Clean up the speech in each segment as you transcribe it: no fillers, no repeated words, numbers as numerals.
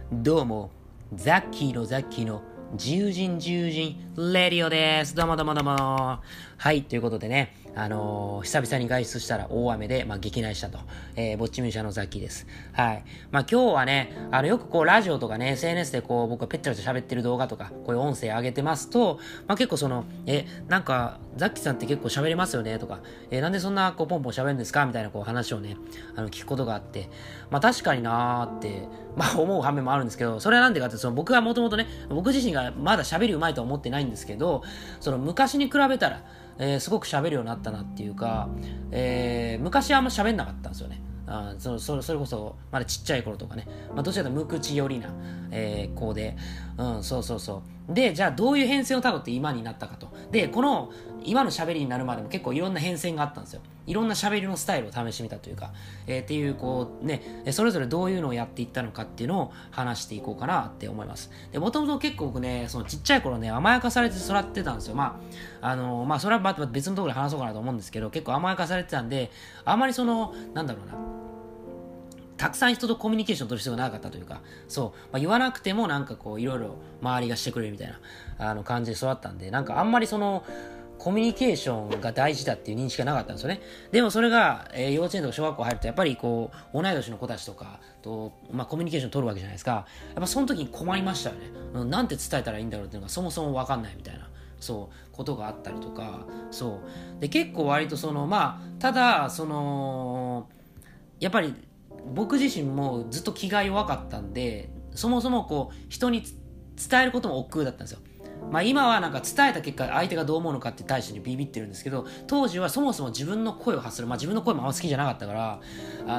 どうも、ザッキーの自由人レディオです。どうも。はい、ということでね、久々に外出したら大雨で、激内したと。ぼっちミュージシャンのザッキーです。はい。今日はね、よくラジオとかね、SNS で僕がペッチャラと喋ってる動画とか、こういう音声上げてますと、結構なんか、ザッキーさんって結構喋れますよねとか、なんでそんなポンポン喋るんですかみたいな話をね、聞くことがあって、確かになーって、思う反面もあるんですけど、それはなんでかって、僕はもともとね、僕自身がまだ喋り上手いとは思ってないんですけど、昔に比べたら、すごく喋るようになったなっていうか、昔はあんま喋んなかったんですよね。それこそまだちっちゃい頃とかね、どちらかというと無口寄りな、子で、で、じゃあどういう変遷をたどって今になったかと。で、この今の喋りになるまでも結構いろんな変遷があったんですよ。いろんな喋りのスタイルを試してみたというか、っていうそれぞれどういうのをやっていったのかっていうのを話していこうかなって思います。で、もともと結構僕ね、ちっちゃい頃ね、甘やかされて育ってたんですよ。それは別のところで話そうかなと思うんですけど、結構甘やかされてたんで、あまりなんだろうな、たくさん人とコミュニケーション取る必要がなかったというか、言わなくてもいろいろ周りがしてくれるみたいな感じで育ったんで、あんまりコミュニケーションが大事だっていう認識がなかったんですよね。でもそれが、幼稚園とか小学校入るとやっぱり同い年の子たちとかと、コミュニケーション取るわけじゃないですか。やっぱその時に困りましたよね。なんて伝えたらいいんだろうっていうのがそもそも分かんないみたいな。ことがあったりとか、で、結構割とただ、やっぱり、僕自身もずっと気が弱かったんで、そもそも人に伝えることも億劫だったんですよ。今は伝えた結果相手がどう思うのかって対してにビビってるんですけど、当時はそもそも自分の声を発する、自分の声もあんま好きじゃなかったから、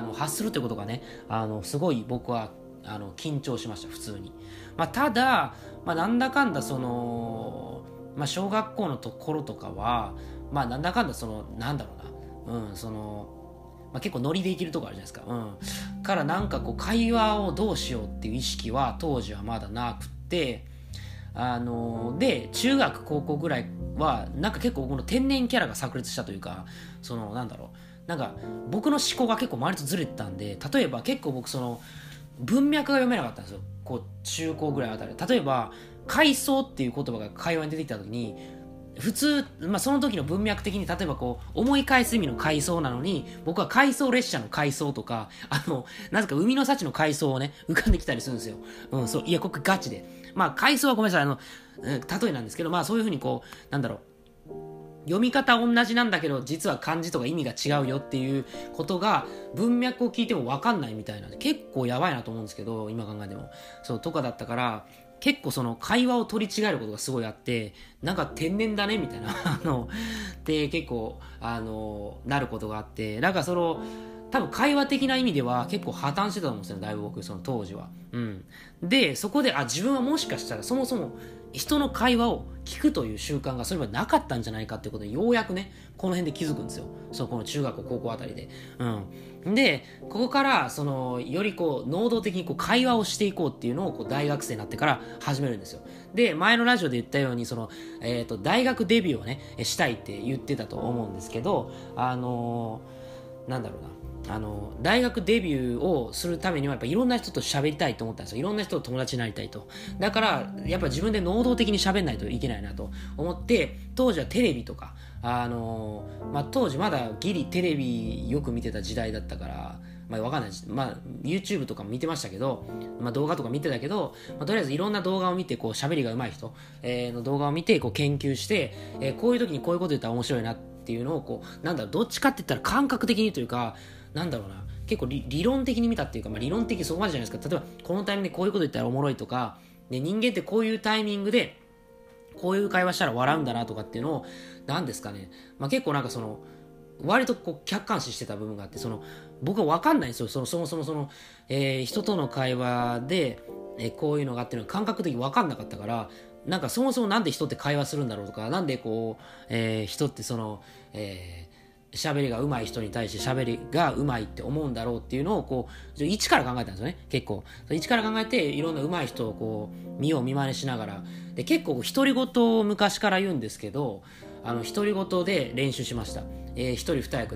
発するってことがね、すごい僕は緊張しました、普通に。ただ、なんだかんだ小学校のところとかは、なんだかんだなんだろうな、結構ノリでいけるとこあるじゃないですか。から会話をどうしようっていう意識は当時はまだなくって、で、中学高校ぐらいは結構この天然キャラが炸裂したというか、僕の思考が結構周りとずれてたんで、例えば結構僕文脈が読めなかったんですよ。中高ぐらいあたり。例えば、階層っていう言葉が会話に出てきた時に、普通、その時の文脈的に例えば思い返す意味の回想なのに、僕は回想列車の回想とか、なぜか海の幸の回想をね、浮かんできたりするんですよ。いや、ここガチで。回想はごめんなさい、例えなんですけど、そういうふうに読み方同じなんだけど、実は漢字とか意味が違うよっていうことが、文脈を聞いても分かんないみたいな、結構やばいなと思うんですけど、今考えても。とかだったから、結構会話を取り違えることがすごいあって、天然だねみたいなで結構なることがあって、多分会話的な意味では結構破綻してたと思うんですよね、だいぶ僕当時は。でそこで自分はもしかしたらそもそも人の会話を聞くという習慣がそれまでなかったんじゃないかっていうことにようやくね、この辺で気づくんですよ。この中学校高校あたりで。でここからより能動的に会話をしていこうっていうのを大学生になってから始めるんですよ。で前のラジオで言ったように大学デビューをねしたいって言ってたと思うんですけど、なんだろうな、大学デビューをするためにはやっぱいろんな人と喋りたいと思ったんですよ。いろんな人と友達になりたいと。だからやっぱ自分で能動的に喋んないといけないなと思って、当時はテレビとか当時まだギリテレビよく見てた時代だったからわかんない。YouTube とかも見てましたけど、動画とか見てたけど、とりあえずいろんな動画を見て喋りが上手い人、の動画を見て研究して、こういう時にこういうこと言ったら面白いなっていうのをどっちかって言ったら感覚的にというか、結構理論的に見たっていうか、理論的そこまでじゃないですか。例えばこのタイミングでこういうこと言ったらおもろいとか、で人間ってこういうタイミングでこういう会話したら笑うんだなとかっていうのをですかね、結構割と客観視してた部分があって、僕は分かんないんですよ。そもそも人との会話で、こういうのがあっていうのは感覚的に分かんなかったから、そもそもなんで人って会話するんだろうとか、なんで人って喋りが上手い人に対して喋りが上手いって思うんだろうっていうのを一から考えたんですよね。結構一から考えて、いろんな上手い人を見よう見まねしながら、で結構独り言を昔から言うんですけど、独り言で練習しました。一人二役で。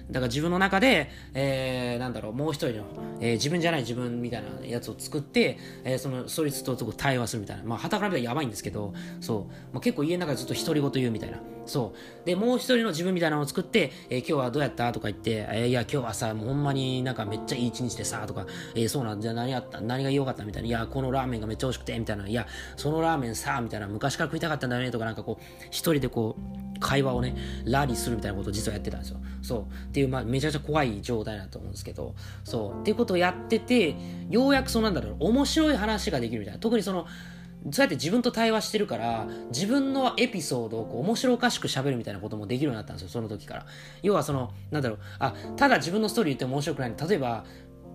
だから自分の中で、もう一人の、自分じゃない自分みたいなやつを作って、そいつと対話するみたいな。まあ、傍から見たらやばいんですけど、そう。結構家の中でずっと独り言言うみたいな。そう。で、もう一人の自分みたいなのを作って、今日はどうやったとか言って、いや、今日はさ、もうほんまになんかめっちゃいい一日でさ、とか、そうなんじゃ何が良かったみたいな。いや、このラーメンがめっちゃ美味しくて、みたいな。いや、そのラーメンさ、みたいな。昔から食いたかったんだよね、とか、なんかこう、一人でこう、会話をね、ラリーするみたいなことを実はやってたんですよ。そう。っていう、まあ、めちゃくちゃ怖い状態だと思うんですけど、そう。っていうことをやってて、ようやく面白い話ができるみたいな。特にそうやって自分と対話してるから、自分のエピソードをこう面白おかしく喋るみたいなこともできるようになったんですよ、その時から。要はただ自分のストーリー言っても面白くない。例えば、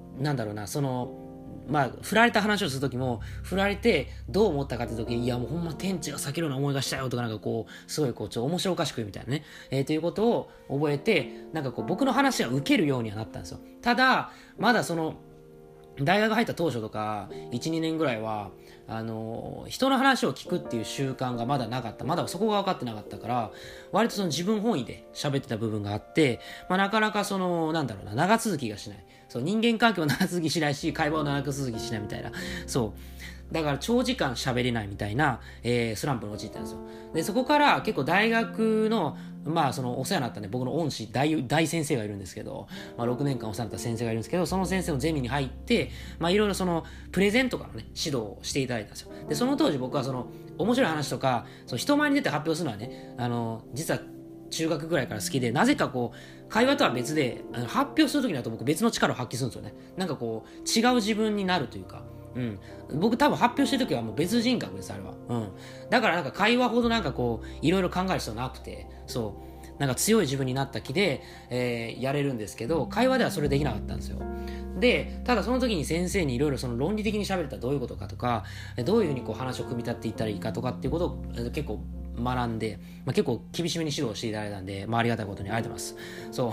振られた話をするときも、振られてどう思ったかって時に、いやもうほんま天地が裂けるような思いがしたよとか、なんかこう、すごいこう、ちょっと面白おかしく言うみたいなね。ということを覚えて、なんかこう、僕の話が受けるようにはなったんですよ。ただ、まだ大学入った当初とか、1、2年ぐらいは、人の話を聞くっていう習慣がまだなかった。まだそこが分かってなかったから、割と自分本位で喋ってた部分があって、まあなかなか長続きがしない。そう、人間関係も長続きしないし、会話も長続きしないみたいな。そう。だから長時間喋れないみたいな、スランプに陥ったんですよ。で、そこから結構大学の、お世話になったね、僕の恩師、大先生がいるんですけど、6年間お世話になった先生がいるんですけど、その先生のゼミに入って、いろいろプレゼンとかのね、指導をしていただいたんですよ。で、その当時僕は面白い話とか、人前に出て発表するのはね、実は中学ぐらいから好きで、なぜかこう、会話とは別で、発表するときになると僕別の力を発揮するんですよね。なんかこう、違う自分になるというか、僕多分発表してるときはもう別人格です、あれは。だからなんか会話ほどなんかこう、いろいろ考える必要なくて、そう、なんか強い自分になった気で、やれるんですけど、会話ではそれできなかったんですよ。で、ただその時に先生にいろいろ論理的に喋れたらどういうことかとか、どういうふうにこう話を組み立っていったらいいかとかっていうことを結構学んで、結構厳しめに指導していただいたんで、ありがたいことにありがとうございます。そう。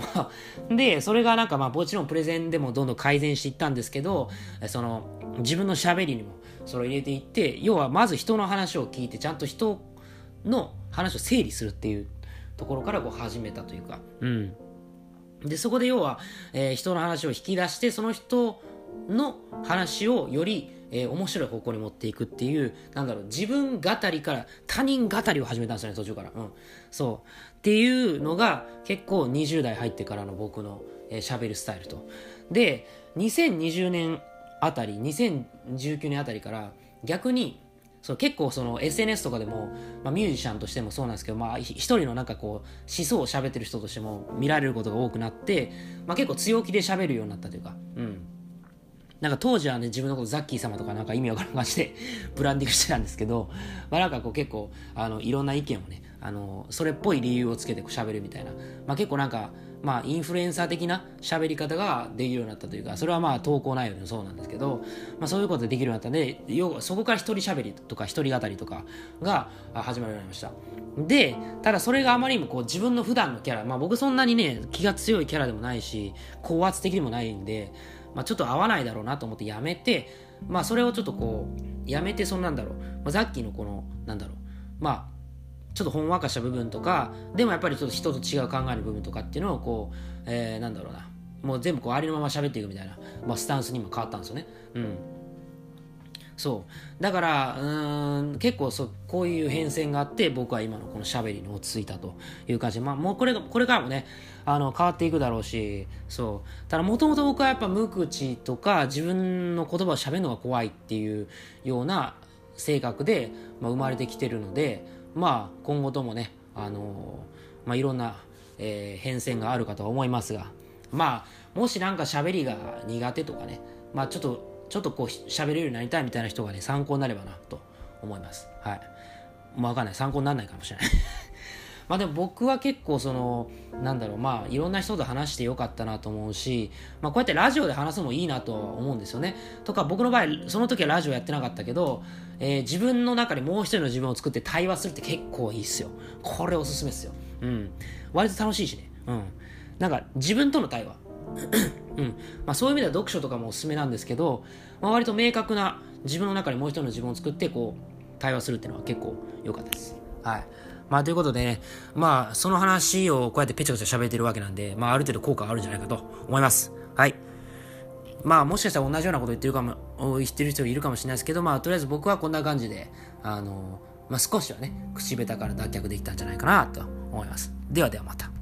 で、それがなんかもちろんプレゼンでもどんどん改善していったんですけど、自分の喋りにもそれを入れていって、要はまず人の話を聞いて、ちゃんと人の話を整理するっていうところからこう始めたというか、で、そこで要は、人の話を引き出して、その人の話をより、面白い方向に持っていくっていう、自分語りから他人語りを始めたんですよね、途中から。そう。っていうのが結構20代入ってからの僕の喋るスタイルと。で、2020年あたり、2019年あたりから逆に、結構SNS とかでも、ミュージシャンとしてもそうなんですけど、一人のなんかこう思想を喋ってる人としても見られることが多くなって、結構強気で喋るようになったというか、なんか当時はね、自分のことザッキー様とかなんか意味わからん感じでブランディングしてたんですけど、なんかこう結構いろんな意見をね、それっぽい理由をつけて喋るみたいな、結構なんかインフルエンサー的な喋り方ができるようになったというか、それは投稿内容でもそうなんですけど、そういうことでできるようになったんで、そこから一人喋りとか一人語りとかが始まるようになりました。で、ただそれがあまりにもこう自分の普段のキャラ、僕そんなにね、気が強いキャラでもないし、高圧的でもないんで、ちょっと合わないだろうなと思ってやめて、それをちょっとこう、やめて、さっきのこの、ちょっとほんわかした部分とか、でもやっぱりちょっと人と違う考える部分とかっていうのをこう、もう全部こうありのまま喋っていくみたいな、スタンスにも変わったんですよね。そう。だから、結構こういう変遷があって、僕は今のこの喋りに落ち着いたという感じで、もうこれからもね、変わっていくだろうし、そう。ただ、もともと僕はやっぱ無口とか、自分の言葉を喋るのが怖いっていうような性格で、生まれてきてるので、今後ともね、いろんな、変遷があるかとは思いますが、もしなんか喋りが苦手とかね、ちょっとこう喋れるようになりたいみたいな人がね、参考になればなと思います。はい。わかんない。参考にならないかもしれない。でも僕は結構いろんな人と話してよかったなと思うし、こうやってラジオで話すのもいいなと思うんですよね。とか僕の場合、その時はラジオやってなかったけど、自分の中にもう一人の自分を作って対話するって結構いいっすよ。これおすすめっすよ。割と楽しいしね。なんか自分との対話。そういう意味では読書とかもおすすめなんですけど、割と明確な自分の中にもう一人の自分を作ってこう対話するっていうのは結構良かったです。はい。 まあということでね、まあその話をこうやってペチャペチャ喋ってるわけなんで、まあある程度効果があるんじゃないかと思います。はい。まあもしかしたら同じようなこと言ってる人いるかもしれないですけど、まあとりあえず僕はこんな感じで、まあ少しはね、口下手から脱却できたんじゃないかなと思います。ではではまた。